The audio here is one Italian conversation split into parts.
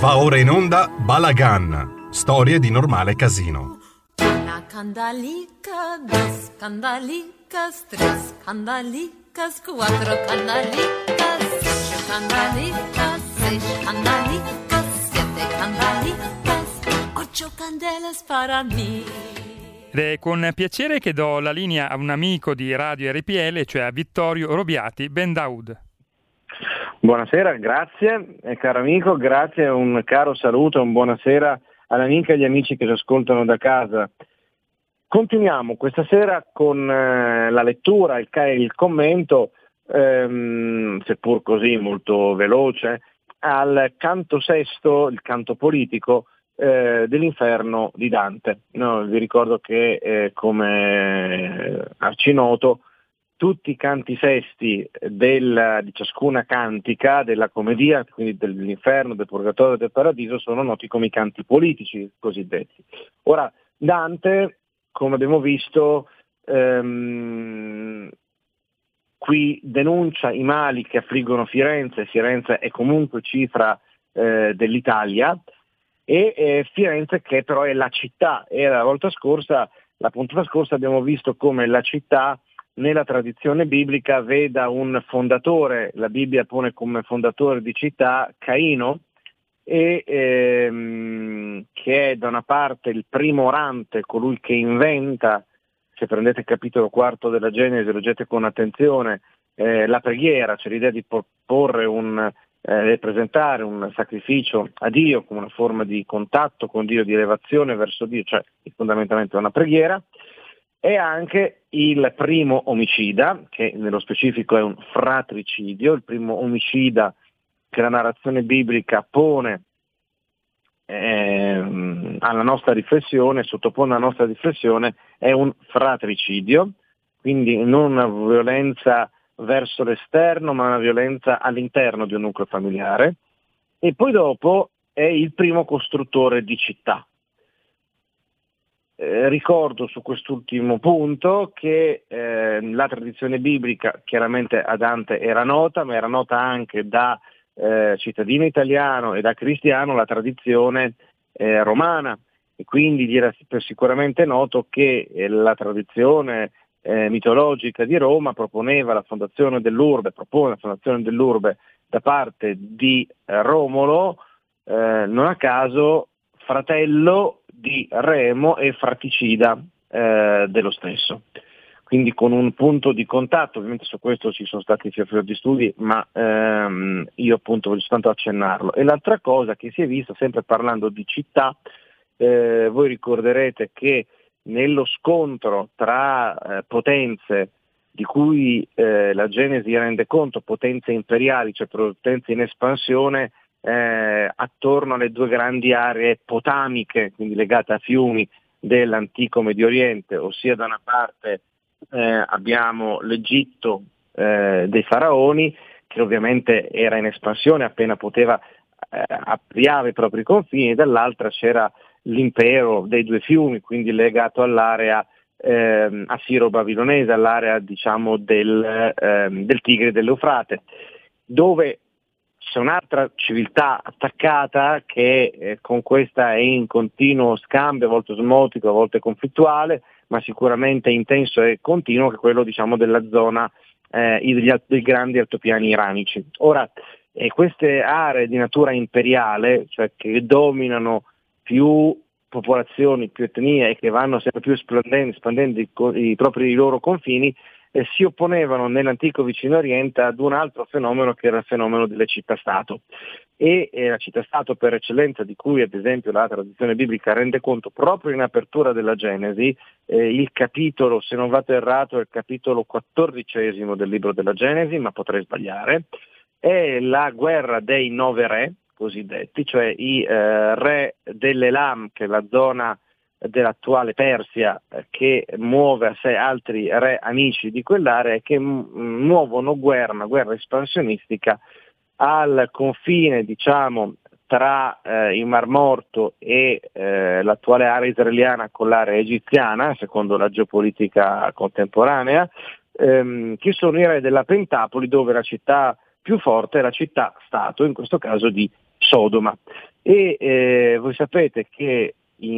Va ora in onda Balagan, storie di normale casino. Una candalica, dos candalicas, tres candalicas, cuatro candalicas, cinco candalicas, seis candalicas, siete candalicas, ocho candelas para mí. Ed è con piacere che do la linea a un amico di Radio RPL, cioè a Vittorio Robiati. Ben Daoud. Buonasera, grazie, caro amico, grazie, un caro saluto, un buonasera all'amica e agli amici che ci ascoltano da casa. Continuiamo questa sera con la lettura, il commento, seppur così molto veloce, al canto sesto, il canto politico dell'Inferno di Dante. No, vi ricordo che come arcinoto tutti i canti sesti di ciascuna cantica della commedia, quindi dell'inferno, del purgatorio e del paradiso, sono noti come i canti politici cosiddetti. Ora, Dante, come abbiamo visto, qui denuncia i mali che affliggono Firenze. Firenze è comunque cifra dell'Italia, e Firenze che però è la città, e la puntata scorsa abbiamo visto come la città nella tradizione biblica veda un fondatore. La Bibbia pone come fondatore di città Caino, e che è da una parte il primo orante, colui che inventa, se prendete il capitolo quarto della Genesi, leggete con attenzione, la preghiera, cioè l'idea di presentare un sacrificio a Dio come una forma di contatto con Dio, di elevazione verso Dio, cioè fondamentalmente una preghiera. È anche il primo omicida, che nello specifico è un fratricidio, il primo omicida che la narrazione biblica pone alla nostra riflessione, sottopone alla nostra riflessione, è un fratricidio, quindi non una violenza verso l'esterno, ma una violenza all'interno di un nucleo familiare. E poi dopo è il primo costruttore di città. Ricordo su quest'ultimo punto che la tradizione biblica chiaramente a Dante era nota, ma era nota anche da cittadino italiano e da cristiano la tradizione romana, e quindi gli era sicuramente noto che la tradizione mitologica di Roma propone la fondazione dell'urbe da parte di Romolo, non a caso fratello di Remo e fratricida dello stesso. Quindi con un punto di contatto, ovviamente su questo ci sono stati fior di studi, ma io appunto voglio soltanto accennarlo. E l'altra cosa che si è vista, sempre parlando di città, voi ricorderete che nello scontro tra potenze di cui la Genesi rende conto, potenze imperiali, cioè potenze in espansione, attorno alle due grandi aree potamiche, quindi legate a fiumi dell'antico Medio Oriente, ossia da una parte abbiamo l'Egitto dei faraoni, che ovviamente era in espansione, appena poteva ampliare i propri confini, e dall'altra c'era l'impero dei due fiumi, quindi legato all'area assiro-babilonese, all'area diciamo del Tigri e dell'Eufrate, dove c'è un'altra civiltà attaccata che con questa è in continuo scambio, a volte osmotico, a volte conflittuale, ma sicuramente intenso e continuo, che è quello diciamo della zona dei grandi altopiani iranici. Ora, queste aree di natura imperiale, cioè che dominano più popolazioni, più etnie, e che vanno sempre più espandendo i loro confini, si opponevano nell'antico Vicino Oriente ad un altro fenomeno, che era il fenomeno delle città-stato. E la città-stato per eccellenza, di cui ad esempio la tradizione biblica rende conto proprio in apertura della Genesi, il capitolo, se non vado errato, è il capitolo 14 del libro della Genesi, ma potrei sbagliare, è la guerra dei 9 re cosiddetti, cioè i re dell'Elam, che è la zona dell'attuale Persia, che muove a sé altri re amici di quell'area, e che muovono una guerra espansionistica al confine diciamo tra il Mar Morto e l'attuale area israeliana con l'area egiziana, secondo la geopolitica contemporanea, che sono i re della Pentapoli, dove la città più forte è la città-stato, in questo caso di Sodoma. E voi sapete che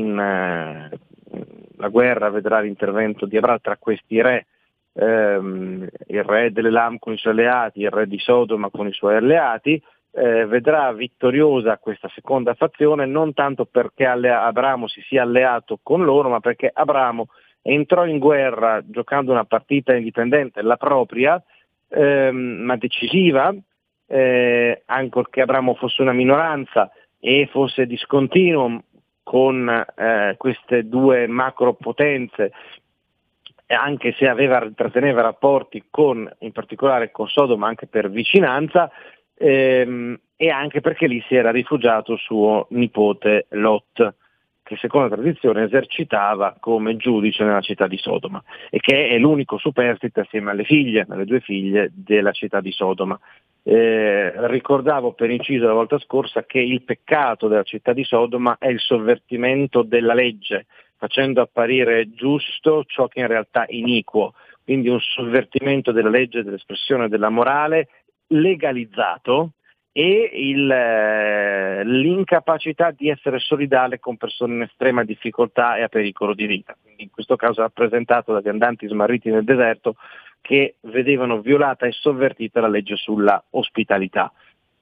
la guerra vedrà l'intervento di Abramo tra questi re, il re dell'Elam con i suoi alleati, il re di Sodoma con i suoi alleati. Vedrà vittoriosa questa seconda fazione non tanto perché Abramo si sia alleato con loro, ma perché Abramo entrò in guerra giocando una partita indipendente, la propria, ma decisiva, ancorché Abramo fosse una minoranza e fosse discontinuo con queste due macropotenze, anche se tratteneva rapporti in particolare con Sodoma anche per vicinanza, e anche perché lì si era rifugiato suo nipote Lot, che secondo la tradizione esercitava come giudice nella città di Sodoma e che è l'unico superstite assieme alle due figlie della città di Sodoma. Ricordavo per inciso la volta scorsa che il peccato della città di Sodoma è il sovvertimento della legge, facendo apparire giusto ciò che in realtà è iniquo, quindi un sovvertimento della legge, dell'espressione della morale legalizzato, e l'incapacità di essere solidale con persone in estrema difficoltà e a pericolo di vita. Quindi in questo caso rappresentato da viandanti smarriti nel deserto che vedevano violata e sovvertita la legge sulla ospitalità.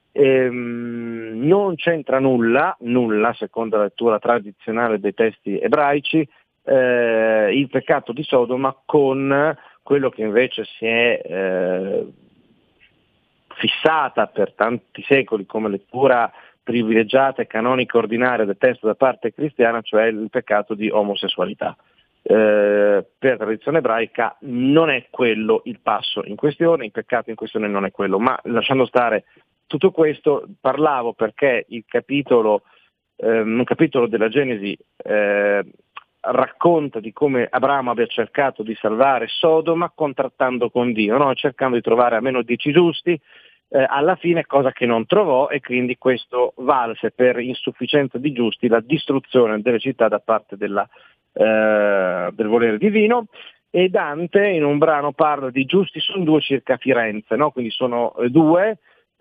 Non c'entra nulla, secondo la lettura tradizionale dei testi ebraici, il peccato di Sodoma con quello che invece si è fissata per tanti secoli come lettura privilegiata e canonica ordinaria del testo da parte cristiana, cioè il peccato di omosessualità. Per la tradizione ebraica non è quello il passo in questione, il peccato in questione non è quello, ma lasciando stare tutto questo, parlavo perché un capitolo della Genesi racconta di come Abramo abbia cercato di salvare Sodoma contrattando con Dio, no? Cercando di trovare almeno 10 giusti, alla fine cosa che non trovò, e quindi questo valse per insufficienza di giusti la distruzione delle città da parte del volere divino. E Dante in un brano parla di giusti sono due circa Firenze, no? Quindi sono due,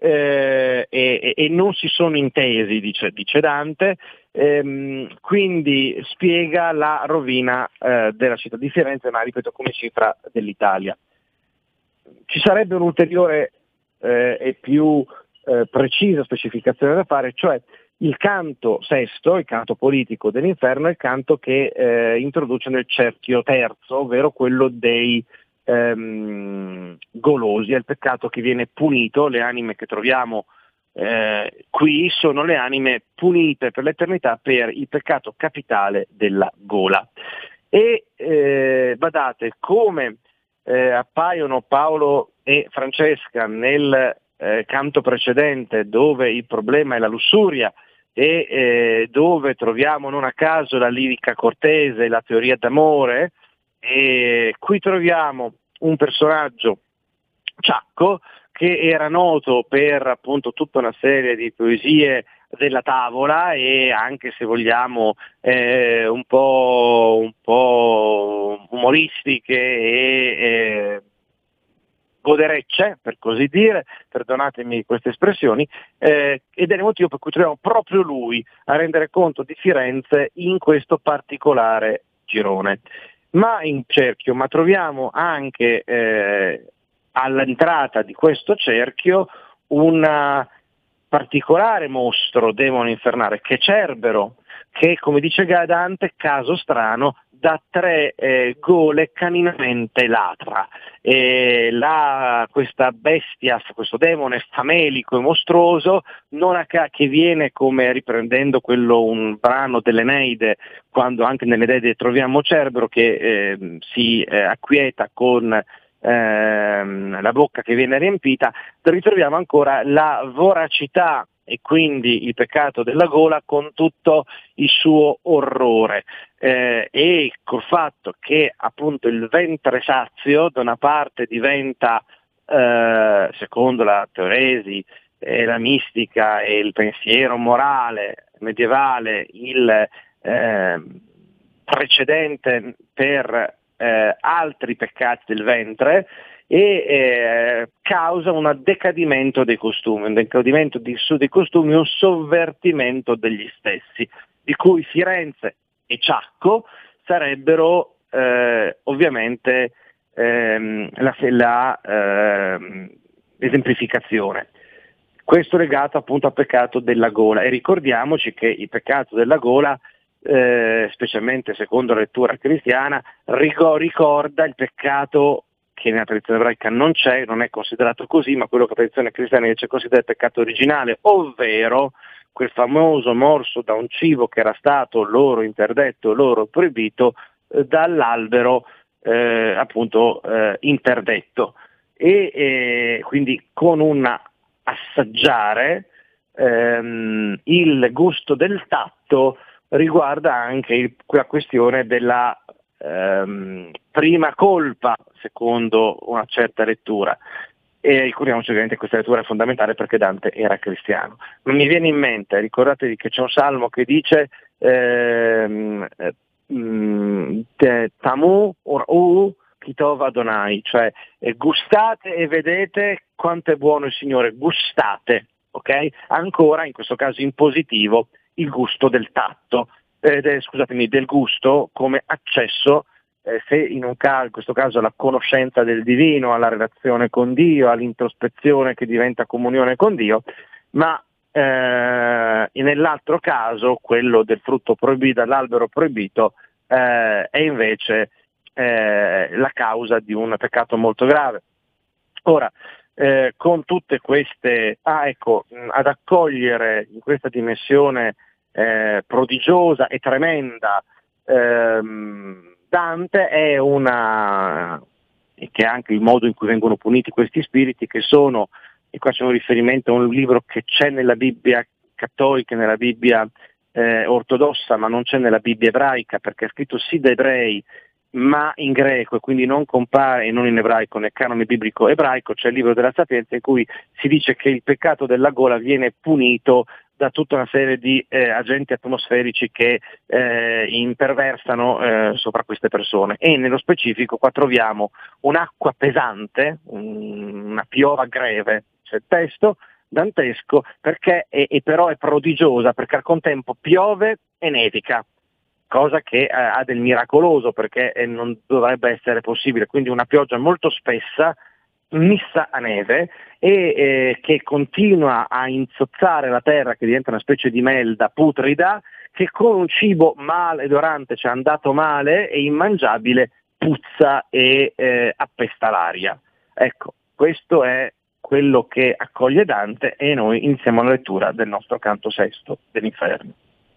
e non si sono intesi, dice Dante, quindi spiega la rovina della città di Firenze, ma ripeto come cifra dell'Italia. Ci sarebbe un'ulteriore e più precisa specificazione da fare, cioè il canto sesto, il canto politico dell'inferno, è il canto che introduce nel cerchio terzo, ovvero quello dei golosi, è il peccato che viene punito. Le anime che troviamo qui sono le anime punite per l'eternità per il peccato capitale della gola. E badate come appaiono Paolo e Francesca nel canto precedente, dove il problema è la lussuria e dove troviamo non a caso la lirica cortese e la teoria d'amore. E qui troviamo un personaggio, Ciacco, che era noto per appunto tutta una serie di poesie della tavola e anche, se vogliamo, un po' umoristiche e goderecce, per così dire, perdonatemi queste espressioni, ed è il motivo per cui troviamo proprio lui a rendere conto di Firenze in questo particolare girone. Ma in cerchio, ma troviamo anche all'entrata di questo cerchio un particolare mostro, demone infernale, che è Cerbero, che, come dice Dante, caso strano, da 3 gole caninamente latra. Questa bestia, questo demone famelico e mostruoso, che viene, come riprendendo un brano dell'Eneide, quando anche nell'Eneide troviamo Cerbero che si acquieta con la bocca che viene riempita, ritroviamo ancora la voracità e quindi il peccato della gola con tutto il suo orrore, e col fatto che appunto il ventre sazio da una parte diventa, secondo la teoresi, la mistica e il pensiero morale medievale, il precedente per altri peccati del ventre, e causa un decadimento dei costumi, un decadimento dei costumi, un sovvertimento degli stessi, di cui Firenze e Ciacco sarebbero ovviamente esemplificazione. Questo legato appunto al peccato della gola, e ricordiamoci che il peccato della gola, specialmente secondo la lettura cristiana, ricorda il peccato che nella tradizione ebraica non c'è, non è considerato così, ma quello che la tradizione cristiana invece considera il peccato originale, ovvero quel famoso morso da un cibo che era stato loro interdetto, loro proibito, dall'albero appunto interdetto, e quindi con un assaggiare il gusto del tatto riguarda anche la questione della prima colpa, secondo una certa lettura. E ricordiamoci ovviamente che questa lettura è fondamentale perché Dante era cristiano. Non mi viene in mente, ricordatevi che c'è un salmo che dice Tamu Ur Kitov Adonai, cioè gustate e vedete quanto è buono il Signore, gustate, ok? Ancora, in questo caso in positivo, il gusto del tatto, del gusto come accesso, se in questo caso la conoscenza del divino, alla relazione con Dio, all'introspezione che diventa comunione con Dio, ma nell'altro caso, quello del frutto proibito, dall'albero proibito, è invece la causa di un peccato molto grave. Ora, con tutte queste, ad accogliere in questa dimensione prodigiosa e tremenda Dante è che è anche il modo in cui vengono puniti questi spiriti, che sono, e qua c'è un riferimento a un libro che c'è nella Bibbia cattolica, nella Bibbia ortodossa, ma non c'è nella Bibbia ebraica, perché è scritto sì da ebrei ma in greco, e quindi non compare, e non in ebraico, nel canone biblico ebraico. C'è il libro della Sapienza in cui si dice che il peccato della gola viene punito da tutta una serie di agenti atmosferici che imperversano sopra queste persone, e nello specifico qua troviamo un'acqua pesante, una piova greve, c'è il testo dantesco, perché però è prodigiosa, perché al contempo piove e nevica, cosa che ha del miracoloso, perché non dovrebbe essere possibile, quindi una pioggia molto spessa missa a neve e che continua a insozzare la terra, che diventa una specie di melda putrida, che con un cibo maleodorante, cioè andato male e immangiabile, puzza e appesta l'aria. Ecco, questo è quello che accoglie Dante, e noi iniziamo la lettura del nostro canto sesto dell'Inferno.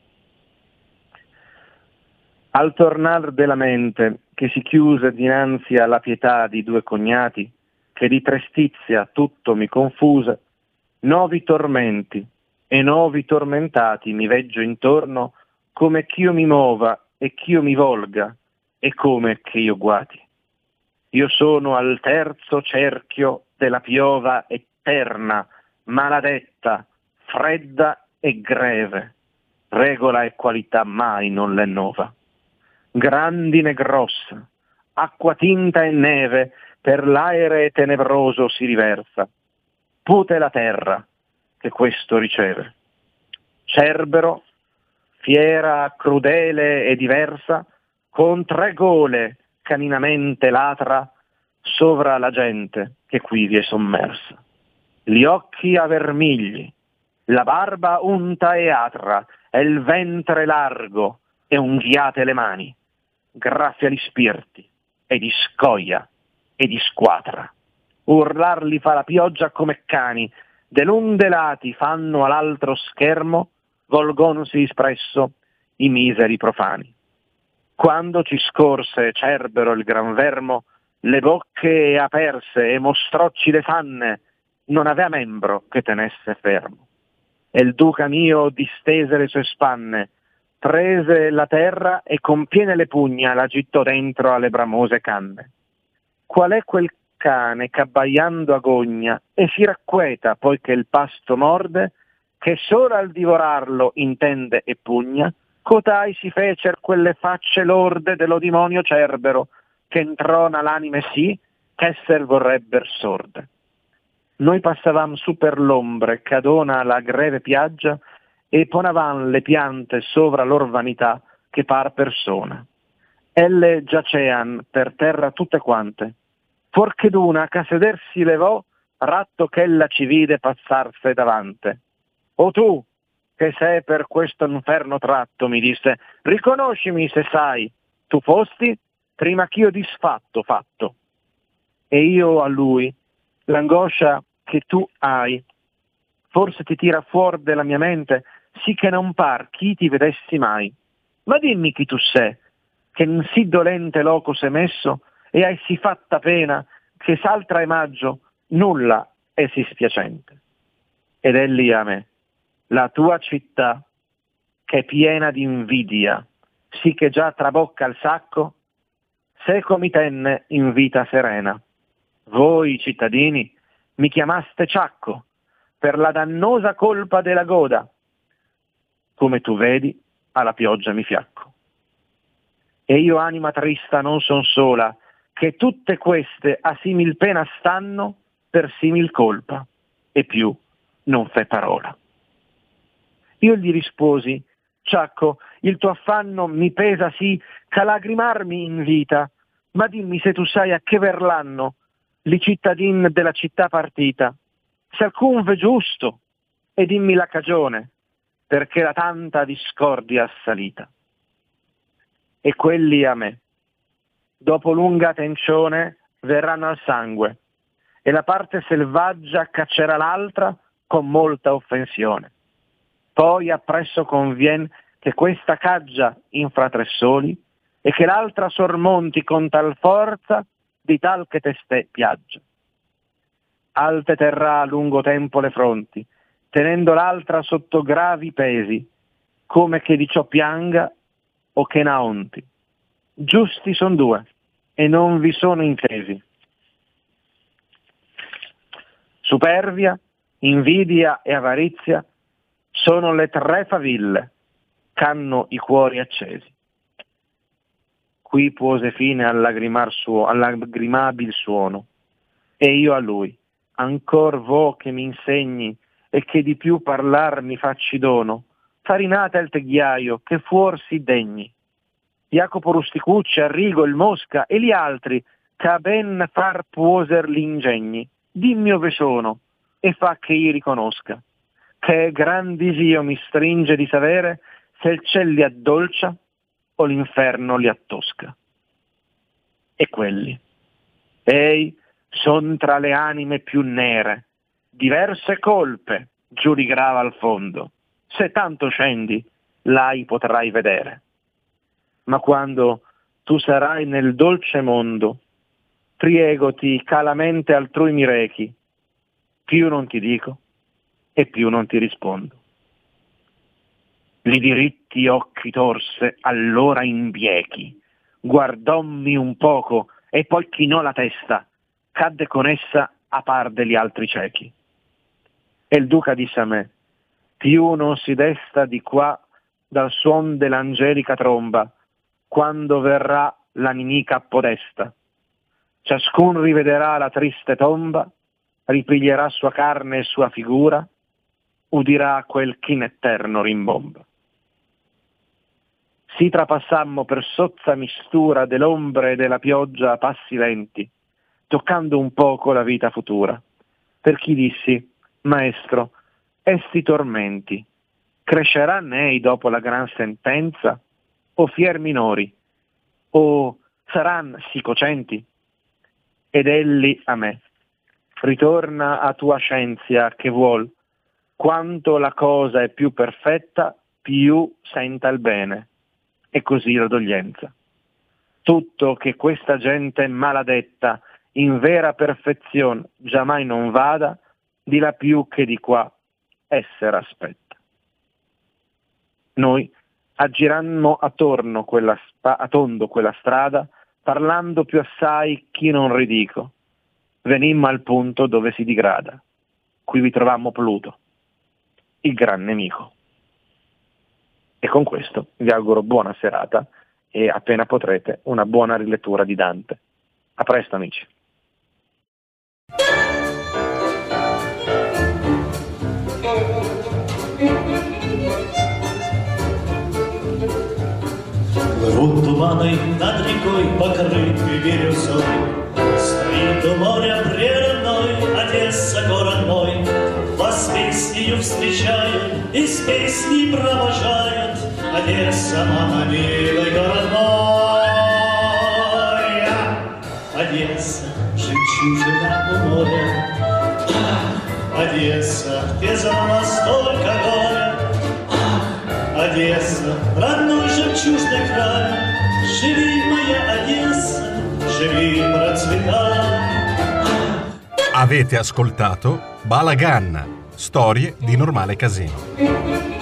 Al tornar della mente che si chiuse dinanzi alla pietà di due cognati, che di trestizia tutto mi confuse, novi tormenti e novi tormentati mi veggio intorno, come ch'io mi mova e ch'io mi volga, e come che io guati. Io sono al terzo cerchio della piova eterna, maladetta, fredda e greve, regola e qualità mai non l'è nova. Grandine grossa, acqua tinta e neve, per l'aere tenebroso si riversa. Pute la terra, che questo riceve. Cerbero, fiera, crudele e diversa, con tre gole caninamente latra, sovra la gente che qui vi è sommersa. Gli occhi a vermigli, la barba unta e atra, e il ventre largo, e unghiate le mani, graffia gli spirti, e di scoglia, e di squatra. Urlarli fa la pioggia come cani, de l'un de lati fanno all'altro schermo, volgonsi espresso i miseri profani. Quando ci scorse Cerbero il gran vermo, le bocche aperse e mostrocci le fanne, non avea membro che tenesse fermo. E il duca mio distese le sue spanne, prese la terra e con piene le pugna la gittò dentro alle bramose canne. Qual è quel cane c'abbaiando agogna e si racqueta poi che il pasto morde, che solo al divorarlo intende e pugna, cotai si fecer quelle facce lorde dello dimonio Cerbero, che introna l'anime sì, ch'esser vorrebber sorde. Noi passavam su per l'ombre cadona la greve piaggia e ponavam le piante sovra lor vanità che par persona. Elle giacean per terra tutte quante, fuorché d'una che a seder si levò, ratto ch'ella ci vide passarse davante. O tu, che sei per questo inferno tratto, mi disse, riconoscimi se sai, tu fosti prima ch'io disfatto fatto. E io a lui, l'angoscia che tu hai, forse ti tira fuor della mia mente, sì che non par chi ti vedessi mai. Ma dimmi chi tu sei, che in sì dolente loco sei messo, e hai sì fatta pena, che s'altra è maggio, nulla è sì spiacente. Ed egli a me, la tua città, che è piena di invidia, sì che già trabocca il sacco, seco mi tenne in vita serena. Voi, cittadini, mi chiamaste ciacco, per la dannosa colpa della goda. Come tu vedi, alla pioggia mi fiacco. E io anima trista non son sola, che tutte queste a simil pena stanno per simil colpa, e più non fe parola. Io gli risposi, ciacco, il tuo affanno mi pesa sì, che lagrimarmi in vita, ma dimmi se tu sai a che verlanno li cittadin della città partita, se alcun ve giusto, e dimmi la cagione, perché la tanta discordia assalita. E quelli a me, dopo lunga tencione, verranno al sangue, e la parte selvaggia caccerà l'altra con molta offensione. Poi appresso convien che questa caggia infra tre soli, e che l'altra sormonti con tal forza di tal che teste piaggia. Alte terrà a lungo tempo le fronti, tenendo l'altra sotto gravi pesi, come che di ciò pianga o che n'aonti. Giusti son due, e non vi sono intesi. Superbia, invidia e avarizia sono le tre faville ch'hanno i cuori accesi. Qui pose fine al lagrimabil suono, e io a lui, ancor vo che mi insegni e che di più parlar mi facci dono, farinate al teghiaio che fuor si degni. Jacopo Rusticucci, Arrigo, il Mosca e gli altri, che ben far puoser l'ingegni, dimmi ove sono, e fa che io riconosca, che gran disio mi stringe di sapere se il ciel li addolcia o l'inferno li attosca. E quelli, ei, son tra le anime più nere, diverse colpe giudigrava al fondo, se tanto scendi, l'ai potrai vedere. Ma quando tu sarai nel dolce mondo, priegoti calamente altrui mi rechi, più non ti dico e più non ti rispondo. Li diritti occhi torse allora in biechi, guardommi un poco e poi chinò la testa, cadde con essa a par degli altri ciechi. E il duca disse a me, più non si desta di qua dal suon dell'angelica tromba, quando verrà la nimica podesta. Ciascun rivederà la triste tomba, ripiglierà sua carne e sua figura, udirà quel chin eterno rimbomba. Si trapassammo per sozza mistura dell'ombre e della pioggia a passi lenti, toccando un poco la vita futura. Per chi dissi, maestro, esti tormenti, cresceranno ei dopo la gran sentenza, o fier minori, o saran sì cocenti? Ed elli a me, ritorna a tua scienza che vuol, quanto la cosa è più perfetta, più senta il bene, e così la doglienza. Tutto che questa gente maladetta in vera perfezione giammai non vada, di là più che di qua esser aspetta. Noi aggirammo attorno a tondo quella strada, parlando più assai chi non ridico. Venimmo al punto dove si digrada. Qui vi trovammo Pluto, il gran nemico. E con questo vi auguro buona serata e appena potrete una buona rilettura di Dante. A presto amici. туманы над рекой, покрыты бирюзой. Стоит у моря прерывной Одесса, город мой. Вас песнею встречают и с песней провожают. Одесса, мама, милый город мой. Одесса, жемчужина у моря. Одесса, где за нас столько горя. Одесса, родной жемчужный край. Живи, моя Одесса, живи, процветай. Avete ascoltato Balagan, storie di Normale Casino.